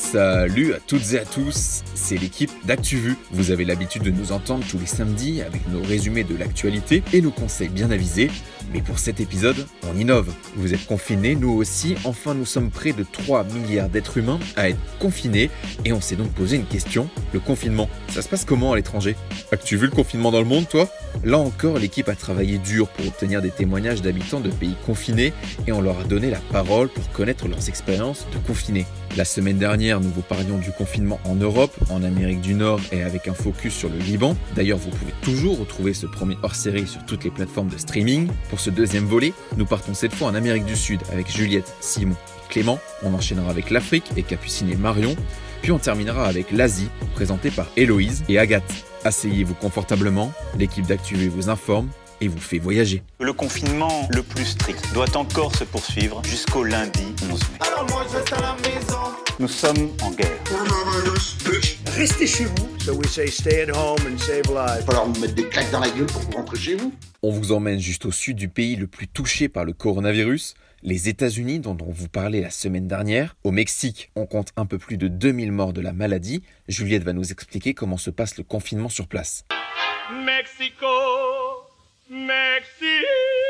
Salut à toutes et à tous, c'est l'équipe d'ActuVu. Vous avez l'habitude de nous entendre tous les samedis avec nos résumés de l'actualité et nos conseils bien avisés. Mais pour cet épisode, on innove. Vous êtes confinés, nous aussi. Enfin, nous sommes près de 3 milliards d'êtres humains à être confinés. Et on s'est donc posé une question. Le confinement, ça se passe comment à l'étranger ? As-tu vu le confinement dans le monde, toi ? Là encore, l'équipe a travaillé dur pour obtenir des témoignages d'habitants de pays confinés et on leur a donné la parole pour connaître leurs expériences de confinés. La semaine dernière, nous vous parlions du confinement en Europe, en Amérique du Nord et avec un focus sur le Liban. D'ailleurs, vous pouvez toujours retrouver ce premier hors-série sur toutes les plateformes de streaming. Pour ce deuxième volet, nous partons cette fois en Amérique du Sud avec Juliette, Simon et Clément. On enchaînera avec l'Afrique et Capucine et Marion. Puis on terminera avec l'Asie, présentée par Héloïse et Agathe. Asseyez-vous confortablement, l'équipe d'ActuVu vous informe et vous fait voyager. Le confinement le plus strict doit encore se poursuivre jusqu'au lundi 11 mai. Alors moi je reste à la maison. Nous sommes en guerre. Restez chez vous. So we say stay at home and save lives. Il va falloir vous mettre des claques dans la gueule pour rentrer chez vous. On vous emmène juste au sud du pays le plus touché par le coronavirus, les États-Unis dont on vous parlait la semaine dernière. Au Mexique, on compte un peu plus de 2000 morts de la maladie. Juliette va nous expliquer comment se passe le confinement sur place. Mexico, Mexique.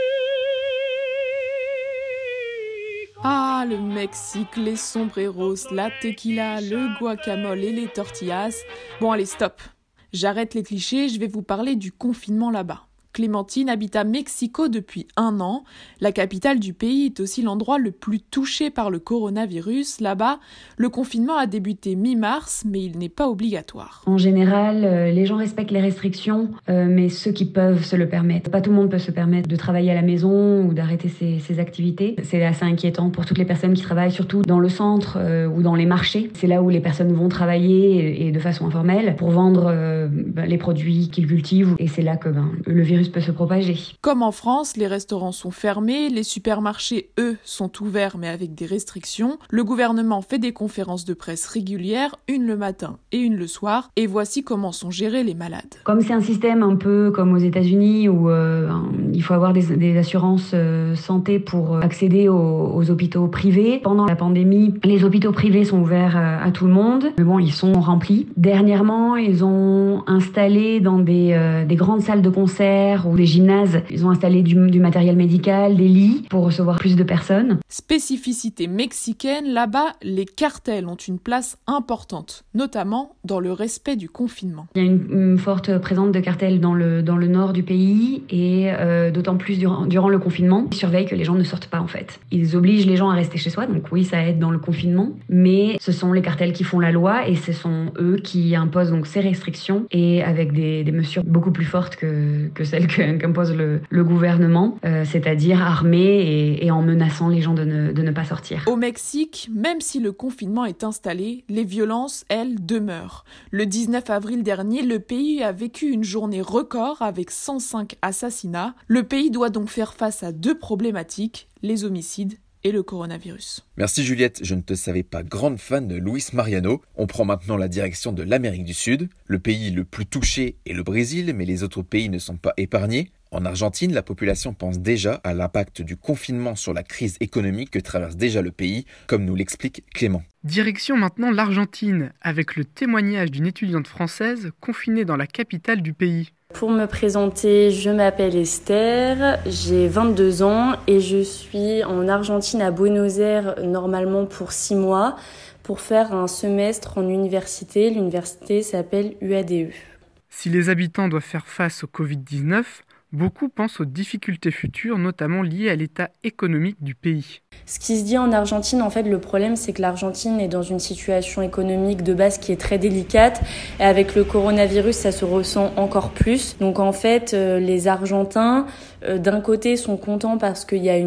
Ah, le Mexique, les sombreros, la tequila, le guacamole et les tortillas. Bon, allez, stop. J'arrête les clichés, je vais vous parler du confinement là-bas. Clémentine habite à Mexico depuis 1 an. La capitale du pays est aussi l'endroit le plus touché par le coronavirus. Là-bas, le confinement a débuté mi-mars, mais il n'est pas obligatoire. En général, les gens respectent les restrictions, mais ceux qui peuvent se le permettent. Pas tout le monde peut se permettre de travailler à la maison ou d'arrêter ses activités. C'est assez inquiétant pour toutes les personnes qui travaillent, surtout dans le centre ou dans les marchés. C'est là où les personnes vont travailler et de façon informelle pour vendre les produits qu'ils cultivent. Et c'est là que le virus peut se propager. Comme en France, les restaurants sont fermés, les supermarchés, eux, sont ouverts mais avec des restrictions. Le gouvernement fait des conférences de presse régulières, une le matin et une le soir, et voici comment sont gérés les malades. Comme c'est un système un peu comme aux États-Unis où il faut avoir des assurances santé pour accéder aux hôpitaux privés. Pendant la pandémie, les hôpitaux privés sont ouverts à tout le monde, mais bon, ils sont remplis. Dernièrement, ils ont installé dans des grandes salles de concert ou des gymnases, ils ont installé du matériel médical, des lits pour recevoir plus de personnes. Spécificité mexicaine, là-bas, les cartels ont une place importante, notamment dans le respect du confinement. Il y a une forte présence de cartels dans le nord du pays et d'autant plus durant le confinement. Ils surveillent que les gens ne sortent pas en fait. Ils obligent les gens à rester chez soi, donc oui, ça aide dans le confinement, mais ce sont les cartels qui font la loi et ce sont eux qui imposent donc ces restrictions et avec des mesures beaucoup plus fortes que celles qu'impose le gouvernement, c'est-à-dire armé et en menaçant les gens de ne pas sortir. Au Mexique, même si le confinement est installé, les violences, elles, demeurent. Le 19 avril dernier, le pays a vécu une journée record avec 105 assassinats. Le pays doit donc faire face à 2 problématiques, les homicides et le coronavirus. Merci Juliette, je ne te savais pas grande fan de Luis Mariano. On prend maintenant la direction de l'Amérique du Sud. Le pays le plus touché est le Brésil, mais les autres pays ne sont pas épargnés. En Argentine, la population pense déjà à l'impact du confinement sur la crise économique que traverse déjà le pays, comme nous l'explique Clément. Direction maintenant l'Argentine, avec le témoignage d'une étudiante française confinée dans la capitale du pays. Pour me présenter, je m'appelle Esther, j'ai 22 ans et je suis en Argentine à Buenos Aires normalement pour 6 mois pour faire un semestre en université. L'université s'appelle UADE. Si les habitants doivent faire face au Covid-19, beaucoup pensent aux difficultés futures, notamment liées à l'état économique du pays. Ce qui se dit en Argentine, en fait, le problème, c'est que l'Argentine est dans une situation économique de base qui est très délicate. Et avec le coronavirus, ça se ressent encore plus. Donc, en fait, les Argentins, d'un côté, sont contents parce qu'il y a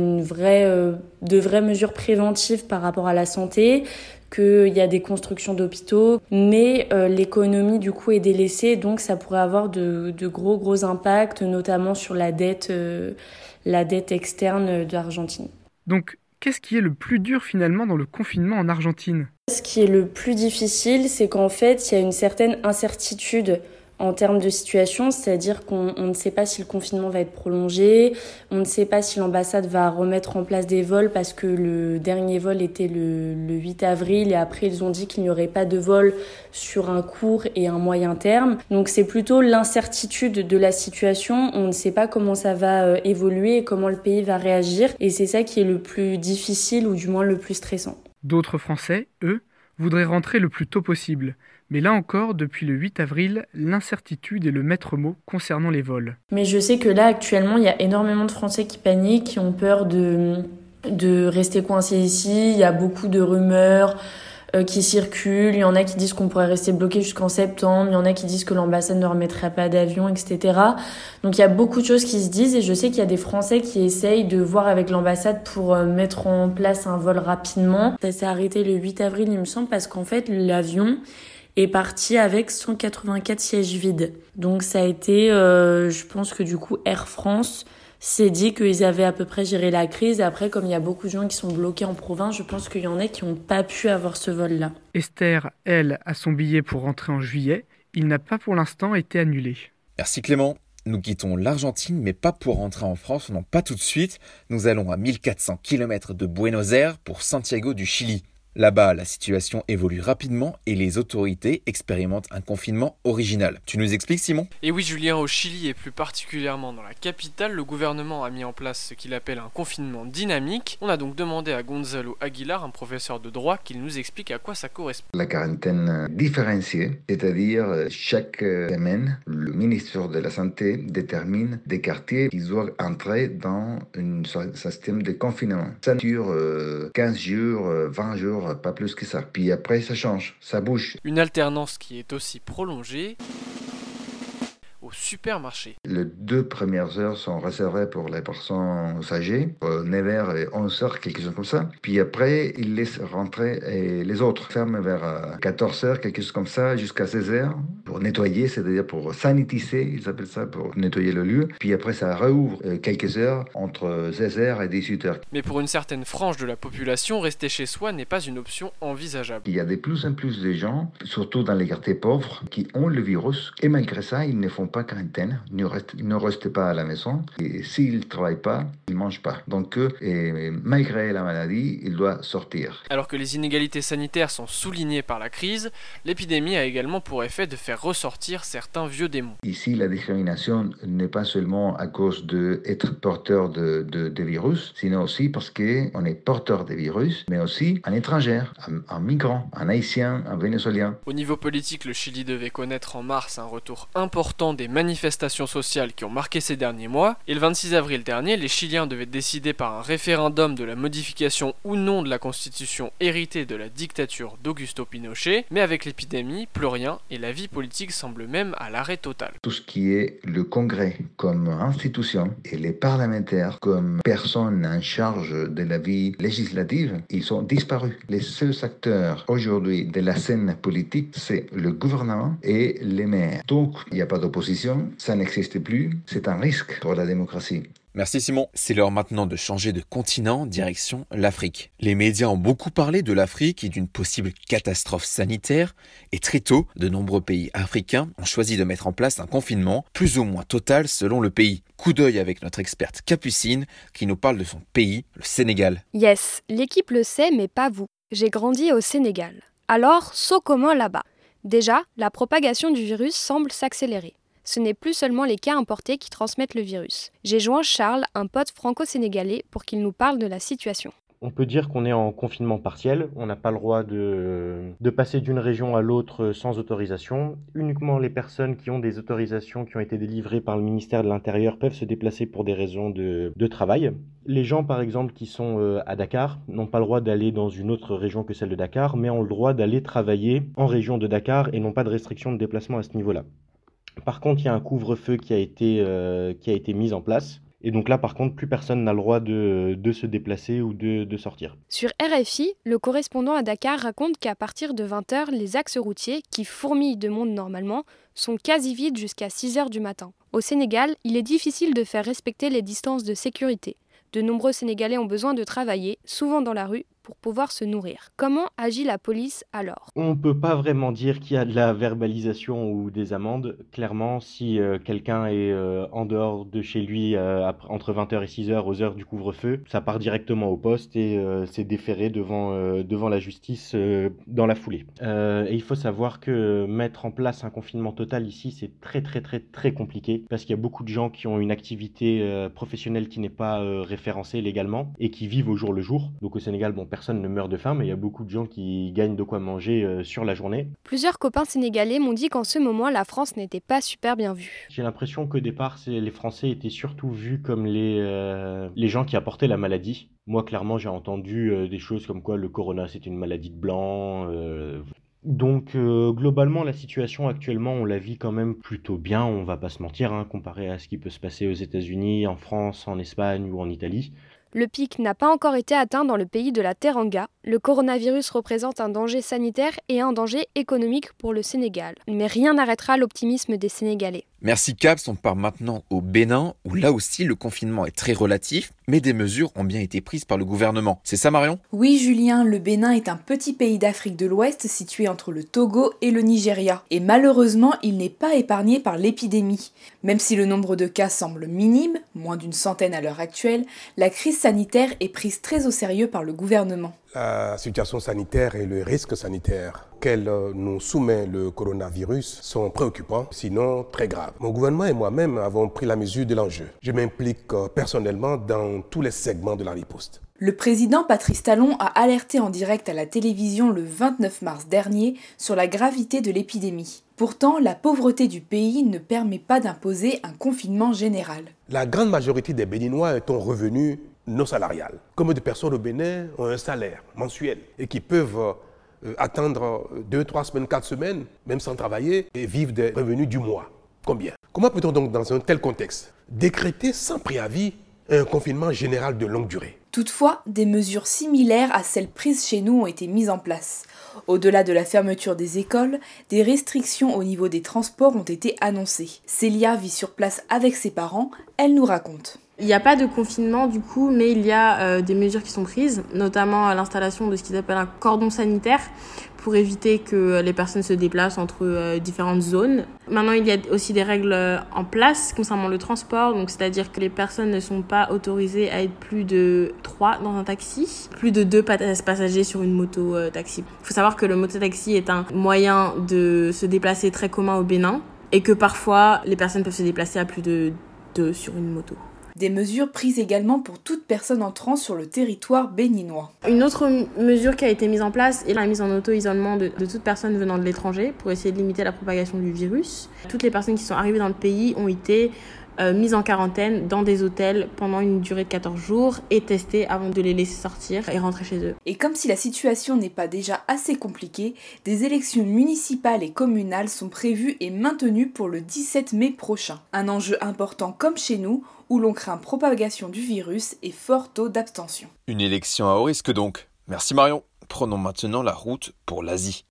de vraies mesures préventives par rapport à la santé, qu'il y a des constructions d'hôpitaux, mais l'économie du coup est délaissée, donc ça pourrait avoir de gros impacts, notamment sur la dette externe de l'Argentine. Donc, qu'est-ce qui est le plus dur finalement dans le confinement en Argentine ? Ce qui est le plus difficile, c'est qu'en fait, il y a une certaine incertitude en termes de situation, c'est-à-dire qu'on ne sait pas si le confinement va être prolongé, on ne sait pas si l'ambassade va remettre en place des vols parce que le dernier vol était le 8 avril et après ils ont dit qu'il n'y aurait pas de vol sur un court et un moyen terme. Donc c'est plutôt l'incertitude de la situation, on ne sait pas comment ça va évoluer et comment le pays va réagir et c'est ça qui est le plus difficile ou du moins le plus stressant. D'autres Français, eux, voudraient rentrer le plus tôt possible. Mais là encore, depuis le 8 avril, l'incertitude est le maître mot concernant les vols. Mais je sais que là, actuellement, il y a énormément de Français qui paniquent, qui ont peur de rester coincés ici. Il y a beaucoup de rumeurs qui circulent. Il y en a qui disent qu'on pourrait rester bloqué jusqu'en septembre. Il y en a qui disent que l'ambassade ne remettrait pas d'avion, etc. Donc il y a beaucoup de choses qui se disent et je sais qu'il y a des Français qui essayent de voir avec l'ambassade pour mettre en place un vol rapidement. Ça s'est arrêté le 8 avril, il me semble, parce qu'en fait, l'avion est parti avec 184 sièges vides. Donc ça a été, je pense que du coup, Air France s'est dit qu'ils avaient à peu près géré la crise. Et après, comme il y a beaucoup de gens qui sont bloqués en province, je pense qu'il y en a qui n'ont pas pu avoir ce vol-là. Esther, elle, a son billet pour rentrer en juillet. Il n'a pas pour l'instant été annulé. Merci Clément. Nous quittons l'Argentine, mais pas pour rentrer en France, non pas tout de suite. Nous allons à 1400 km de Buenos Aires pour Santiago du Chili. Là-bas, la situation évolue rapidement et les autorités expérimentent un confinement original. Tu nous expliques, Simon ? Et oui, Julien, au Chili et plus particulièrement dans la capitale, le gouvernement a mis en place ce qu'il appelle un confinement dynamique. On a donc demandé à Gonzalo Aguilar, un professeur de droit, qu'il nous explique à quoi ça correspond. La quarantaine différenciée, c'est-à-dire chaque semaine, le ministère de la Santé détermine des quartiers qui doivent entrer dans un système de confinement. Ça dure 15 jours, 20 jours, pas plus que ça. Puis après, ça change, ça bouge. Une alternance qui est aussi prolongée au supermarché. Les 2 premières heures sont réservées pour les personnes âgées, 9h et 11h, quelque chose comme ça. Puis après, ils laissent rentrer et les autres ferment vers 14h, quelque chose comme ça, jusqu'à 16h, pour nettoyer, c'est-à-dire pour sanitiser, ils appellent ça, pour nettoyer le lieu. Puis après, ça réouvre quelques heures, entre 16h et 18h. Mais pour une certaine frange de la population, rester chez soi n'est pas une option envisageable. Il y a de plus en plus de gens, surtout dans les quartiers pauvres, qui ont le virus, et malgré ça, ils ne font pas quarantaine, ils ne restent pas à la maison, et s'ils ne travaillent pas, ils ne mangent pas. Donc, malgré la maladie, ils doivent sortir. Alors que les inégalités sanitaires sont soulignées par la crise, l'épidémie a également pour effet de faire ressortir certains vieux démons. Ici, la discrimination n'est pas seulement à cause d'être porteur de virus, sinon aussi parce qu'on est porteur de virus, mais aussi un étranger, un migrant, un haïtien, un vénézuélien. Au niveau politique, le Chili devait connaître en mars un retour important des manifestations sociales qui ont marqué ces derniers mois, et le 26 avril dernier, les Chiliens devaient décider par un référendum de la modification ou non de la constitution héritée de la dictature d'Augusto Pinochet, mais avec l'épidémie, plus rien, et la vie politique semble même à l'arrêt total. Tout ce qui est le Congrès comme institution et les parlementaires comme personnes en charge de la vie législative, ils sont disparus. Les seuls acteurs aujourd'hui de la scène politique, c'est le gouvernement et les maires. Donc, il n'y a pas d'opposition, ça n'existe plus, c'est un risque pour la démocratie. Merci Simon. C'est l'heure maintenant de changer de continent, direction l'Afrique. Les médias ont beaucoup parlé de l'Afrique et d'une possible catastrophe sanitaire, et très tôt, de nombreux pays africains ont choisi de mettre en place un confinement, plus ou moins total selon le pays. Coup d'œil avec notre experte Capucine, qui nous parle de son pays, le Sénégal. Yes, l'équipe le sait, mais pas vous. J'ai grandi au Sénégal. Alors, saut commun là-bas. Déjà, la propagation du virus semble s'accélérer. Ce n'est plus seulement les cas importés qui transmettent le virus. J'ai joint Charles, un pote franco-sénégalais, pour qu'il nous parle de la situation. On peut dire qu'on est en confinement partiel. On n'a pas le droit de passer d'une région à l'autre sans autorisation. Uniquement les personnes qui ont des autorisations qui ont été délivrées par le ministère de l'Intérieur peuvent se déplacer pour des raisons de travail. Les gens, par exemple, qui sont à Dakar n'ont pas le droit d'aller dans une autre région que celle de Dakar, mais ont le droit d'aller travailler en région de Dakar et n'ont pas de restriction de déplacement à ce niveau-là. Par contre, il y a un couvre-feu qui a été mis en place. Et donc là, par contre, plus personne n'a le droit de se déplacer ou de sortir. Sur RFI, le correspondant à Dakar raconte qu'à partir de 20h, les axes routiers, qui fourmillent de monde normalement, sont quasi vides jusqu'à 6h du matin. Au Sénégal, il est difficile de faire respecter les distances de sécurité. De nombreux Sénégalais ont besoin de travailler, souvent dans la rue, pour pouvoir se nourrir. Comment agit la police alors ? On ne peut pas vraiment dire qu'il y a de la verbalisation ou des amendes. Clairement, si quelqu'un est en dehors de chez lui entre 20h et 6h aux heures du couvre-feu, ça part directement au poste et c'est déféré devant la justice dans la foulée. Et il faut savoir que mettre en place un confinement total ici, c'est très très très très compliqué parce qu'il y a beaucoup de gens qui ont une activité professionnelle qui n'est pas référencée légalement et qui vivent au jour le jour. Donc au Sénégal, personne ne meurt de faim, mais il y a beaucoup de gens qui gagnent de quoi manger sur la journée. Plusieurs copains sénégalais m'ont dit qu'en ce moment, la France n'était pas super bien vue. J'ai l'impression qu'au départ, les Français étaient surtout vus comme les gens qui apportaient la maladie. Moi, clairement, j'ai entendu des choses comme quoi le corona, c'est une maladie de blanc. Donc, globalement, la situation actuellement, on la vit quand même plutôt bien, on va pas se mentir, comparé à ce qui peut se passer aux États-Unis, en France, en Espagne ou en Italie. Le pic n'a pas encore été atteint dans le pays de la Teranga. Le coronavirus représente un danger sanitaire et un danger économique pour le Sénégal. Mais rien n'arrêtera l'optimisme des Sénégalais. Merci Caps, on part maintenant au Bénin, où là aussi le confinement est très relatif, mais des mesures ont bien été prises par le gouvernement. C'est ça Marion ? Oui Julien, le Bénin est un petit pays d'Afrique de l'Ouest situé entre le Togo et le Nigeria. Et malheureusement, il n'est pas épargné par l'épidémie. Même si le nombre de cas semble minime, moins d'une centaine à l'heure actuelle, la crise sanitaire est prise très au sérieux par le gouvernement. La situation sanitaire et le risque sanitaire auquel nous soumet le coronavirus sont préoccupants, sinon très graves. Mon gouvernement et moi-même avons pris la mesure de l'enjeu. Je m'implique personnellement dans tous les segments de la riposte. Le président Patrice Talon a alerté en direct à la télévision le 29 mars dernier sur la gravité de l'épidémie. Pourtant, la pauvreté du pays ne permet pas d'imposer un confinement général. La grande majorité des Béninois est en revenu non salarial. Combien de personnes au Bénin ont un salaire mensuel et qui peuvent attendre 2, 3 semaines, 4 semaines, même sans travailler, et vivre des revenus du mois? Combien? Comment peut-on donc, dans un tel contexte, décréter sans préavis un confinement général de longue durée? Toutefois, des mesures similaires à celles prises chez nous ont été mises en place. Au-delà de la fermeture des écoles, des restrictions au niveau des transports ont été annoncées. Célia vit sur place avec ses parents, elle nous raconte. Il n'y a pas de confinement du coup, mais il y a des mesures qui sont prises, notamment l'installation de ce qu'ils appellent un cordon sanitaire pour éviter que les personnes se déplacent entre différentes zones. Maintenant, il y a aussi des règles en place concernant le transport, donc c'est-à-dire que les personnes ne sont pas autorisées à être plus de 3 dans un taxi, plus de 2 passagers sur une moto-taxi. Il faut savoir que le moto-taxi est un moyen de se déplacer très commun au Bénin et que parfois les personnes peuvent se déplacer à plus de 2 sur une moto. Des mesures prises également pour toute personne entrant sur le territoire béninois. Une autre mesure qui a été mise en place est la mise en auto-isolement de toute personne venant de l'étranger pour essayer de limiter la propagation du virus. Toutes les personnes qui sont arrivées dans le pays ont été mises en quarantaine dans des hôtels pendant une durée de 14 jours et testées avant de les laisser sortir et rentrer chez eux. Et comme si la situation n'est pas déjà assez compliquée, des élections municipales et communales sont prévues et maintenues pour le 17 mai prochain. Un enjeu important comme chez nous, où l'on craint propagation du virus et fort taux d'abstention. Une élection à haut risque donc. Merci Marion. Prenons maintenant la route pour l'Asie.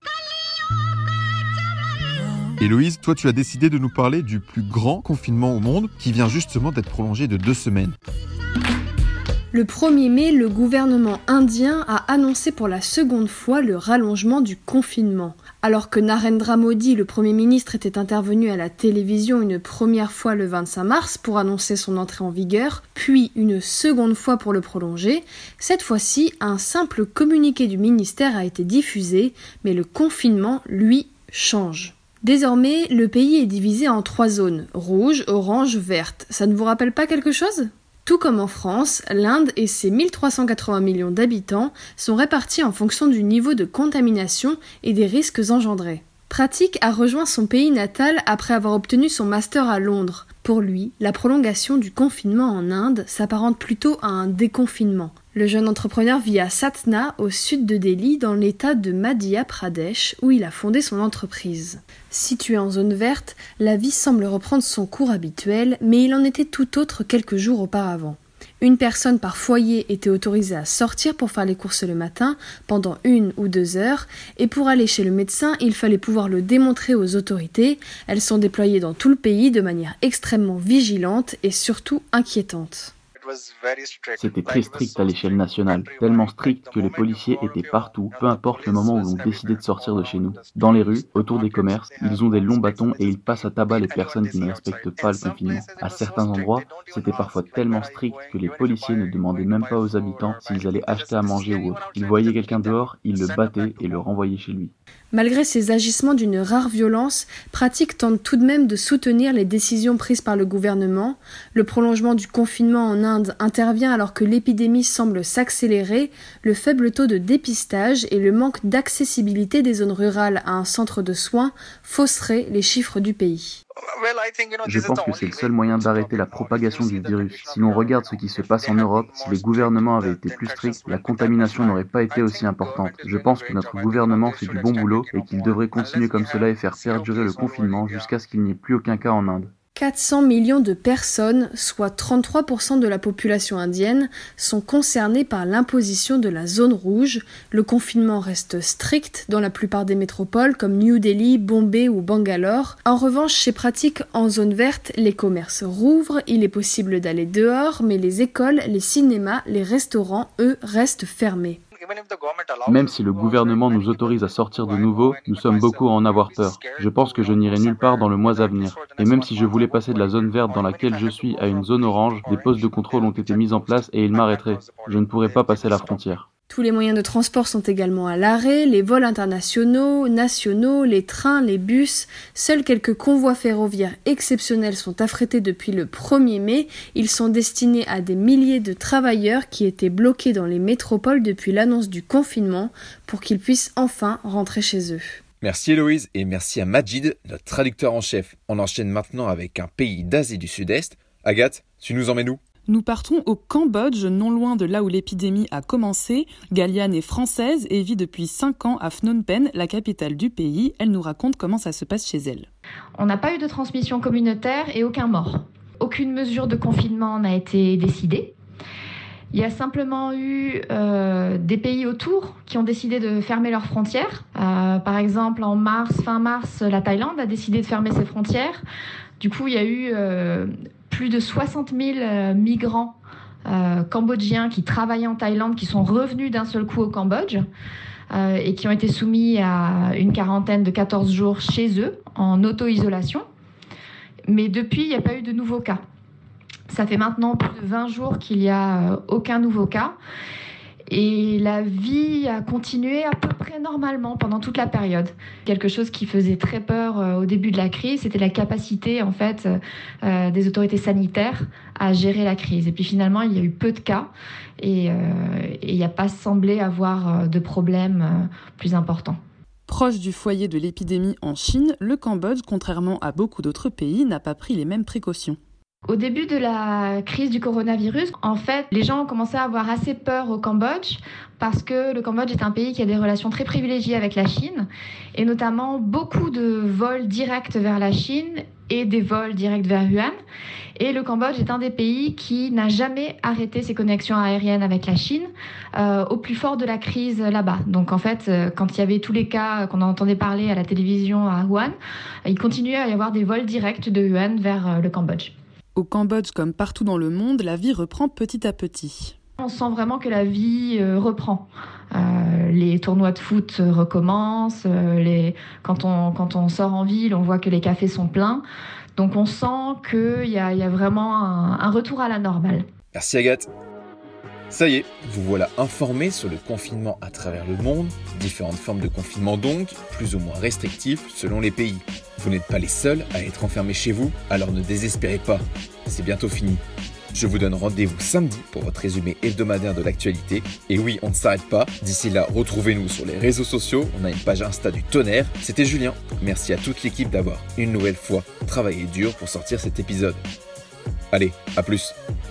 Héloïse, toi tu as décidé de nous parler du plus grand confinement au monde qui vient justement d'être prolongé de 2 semaines. Le 1er mai, le gouvernement indien a annoncé pour la seconde fois le rallongement du confinement. Alors que Narendra Modi, le Premier ministre, était intervenu à la télévision une première fois le 25 mars pour annoncer son entrée en vigueur, puis une seconde fois pour le prolonger, cette fois-ci, un simple communiqué du ministère a été diffusé, mais le confinement, lui, change. Désormais, le pays est divisé en 3 zones, rouge, orange, verte. Ça ne vous rappelle pas quelque chose ? Tout comme en France, l'Inde et ses 1380 millions d'habitants sont répartis en fonction du niveau de contamination et des risques engendrés. Pratik a rejoint son pays natal après avoir obtenu son master à Londres. Pour lui, la prolongation du confinement en Inde s'apparente plutôt à un déconfinement. Le jeune entrepreneur vit à Satna, au sud de Delhi, dans l'état de Madhya Pradesh, où il a fondé son entreprise. Situé en zone verte, la vie semble reprendre son cours habituel, mais il en était tout autre quelques jours auparavant. Une personne par foyer était autorisée à sortir pour faire les courses le matin, pendant 1 ou 2 heures, et pour aller chez le médecin, il fallait pouvoir le démontrer aux autorités. Elles sont déployées dans tout le pays de manière extrêmement vigilante et surtout inquiétante. C'était très strict à l'échelle nationale, tellement strict que les policiers étaient partout, peu importe le moment où l'on décidait de sortir de chez nous. Dans les rues, autour des commerces, ils ont des longs bâtons et ils passent à tabac les personnes qui ne respectent pas le confinement. À certains endroits, c'était parfois tellement strict que les policiers ne demandaient même pas aux habitants s'ils allaient acheter à manger ou autre. Ils voyaient quelqu'un dehors, ils le battaient et le renvoyaient chez lui. Malgré ces agissements d'une rare violence, Pratik tente tout de même de soutenir les décisions prises par le gouvernement. Le prolongement du confinement en Inde intervient alors que l'épidémie semble s'accélérer, le faible taux de dépistage et le manque d'accessibilité des zones rurales à un centre de soins fausseraient les chiffres du pays. Je pense que c'est le seul moyen d'arrêter la propagation du virus. Si l'on regarde ce qui se passe en Europe, si les gouvernements avaient été plus stricts, la contamination n'aurait pas été aussi importante. Je pense que notre gouvernement fait du bon boulot et qu'il devrait continuer comme cela et faire perdurer le confinement jusqu'à ce qu'il n'y ait plus aucun cas en Inde. 400 millions de personnes, soit 33% de la population indienne, sont concernées par l'imposition de la zone rouge. Le confinement reste strict dans la plupart des métropoles comme New Delhi, Bombay ou Bangalore. En revanche, chez Pratik, en zone verte, les commerces rouvrent, il est possible d'aller dehors, mais les écoles, les cinémas, les restaurants, eux, restent fermés. Même si le gouvernement nous autorise à sortir de nouveau, nous sommes beaucoup à en avoir peur. Je pense que je n'irai nulle part dans le mois à venir. Et même si je voulais passer de la zone verte dans laquelle je suis à une zone orange, des postes de contrôle ont été mis en place et ils m'arrêteraient. Je ne pourrais pas passer la frontière. Tous les moyens de transport sont également à l'arrêt, les vols internationaux, nationaux, les trains, les bus. Seuls quelques convois ferroviaires exceptionnels sont affrétés depuis le 1er mai. Ils sont destinés à des milliers de travailleurs qui étaient bloqués dans les métropoles depuis l'annonce du confinement pour qu'ils puissent enfin rentrer chez eux. Merci Héloïse et merci à Majid, notre traducteur en chef. On enchaîne maintenant avec un pays d'Asie du Sud-Est. Agathe, tu nous emmènes où ? Nous partons au Cambodge, non loin de là où l'épidémie a commencé. Galiane est française et vit depuis 5 ans à Phnom Penh, la capitale du pays. Elle nous raconte comment ça se passe chez elle. On n'a pas eu de transmission communautaire et aucun mort. Aucune mesure de confinement n'a été décidée. Il y a simplement eu des pays autour qui ont décidé de fermer leurs frontières. Par exemple, fin mars, la Thaïlande a décidé de fermer ses frontières. Du coup, il y a eu plus de 60 000 migrants cambodgiens qui travaillaient en Thaïlande, qui sont revenus d'un seul coup au Cambodge et qui ont été soumis à une quarantaine de 14 jours chez eux, en auto-isolation. Mais depuis, il n'y a pas eu de nouveaux cas. Ça fait maintenant plus de 20 jours qu'il n'y a aucun nouveau cas. Et la vie a continué à peu près normalement pendant toute la période. Quelque chose qui faisait très peur au début de la crise, c'était la capacité en fait des autorités sanitaires à gérer la crise. Et puis finalement, il y a eu peu de cas et il n'y a pas semblé avoir de problèmes plus importants. Proche du foyer de l'épidémie en Chine, le Cambodge, contrairement à beaucoup d'autres pays, n'a pas pris les mêmes précautions. Au début de la crise du coronavirus, en fait, les gens ont commencé à avoir assez peur au Cambodge parce que le Cambodge est un pays qui a des relations très privilégiées avec la Chine et notamment beaucoup de vols directs vers la Chine et des vols directs vers Wuhan. Et le Cambodge est un des pays qui n'a jamais arrêté ses connexions aériennes avec la Chine au plus fort de la crise là-bas. Donc en fait, quand il y avait tous les cas qu'on entendait parler à la télévision à Wuhan, il continuait à y avoir des vols directs de Wuhan vers le Cambodge. Au Cambodge, comme partout dans le monde, la vie reprend petit à petit. On sent vraiment que la vie reprend. Les tournois de foot recommencent. Quand on sort en ville, on voit que les cafés sont pleins. Donc on sent qu'il y a vraiment un retour à la normale. Merci Agathe. Ça y est, vous voilà informés sur le confinement à travers le monde. Différentes formes de confinement donc, plus ou moins restrictifs selon les pays. Vous n'êtes pas les seuls à être enfermés chez vous, alors ne désespérez pas. C'est bientôt fini. Je vous donne rendez-vous samedi pour votre résumé hebdomadaire de l'actualité. Et oui, on ne s'arrête pas. D'ici là, retrouvez-nous sur les réseaux sociaux. On a une page Insta du tonnerre. C'était Julien. Merci à toute l'équipe d'avoir, une nouvelle fois, travaillé dur pour sortir cet épisode. Allez, à plus.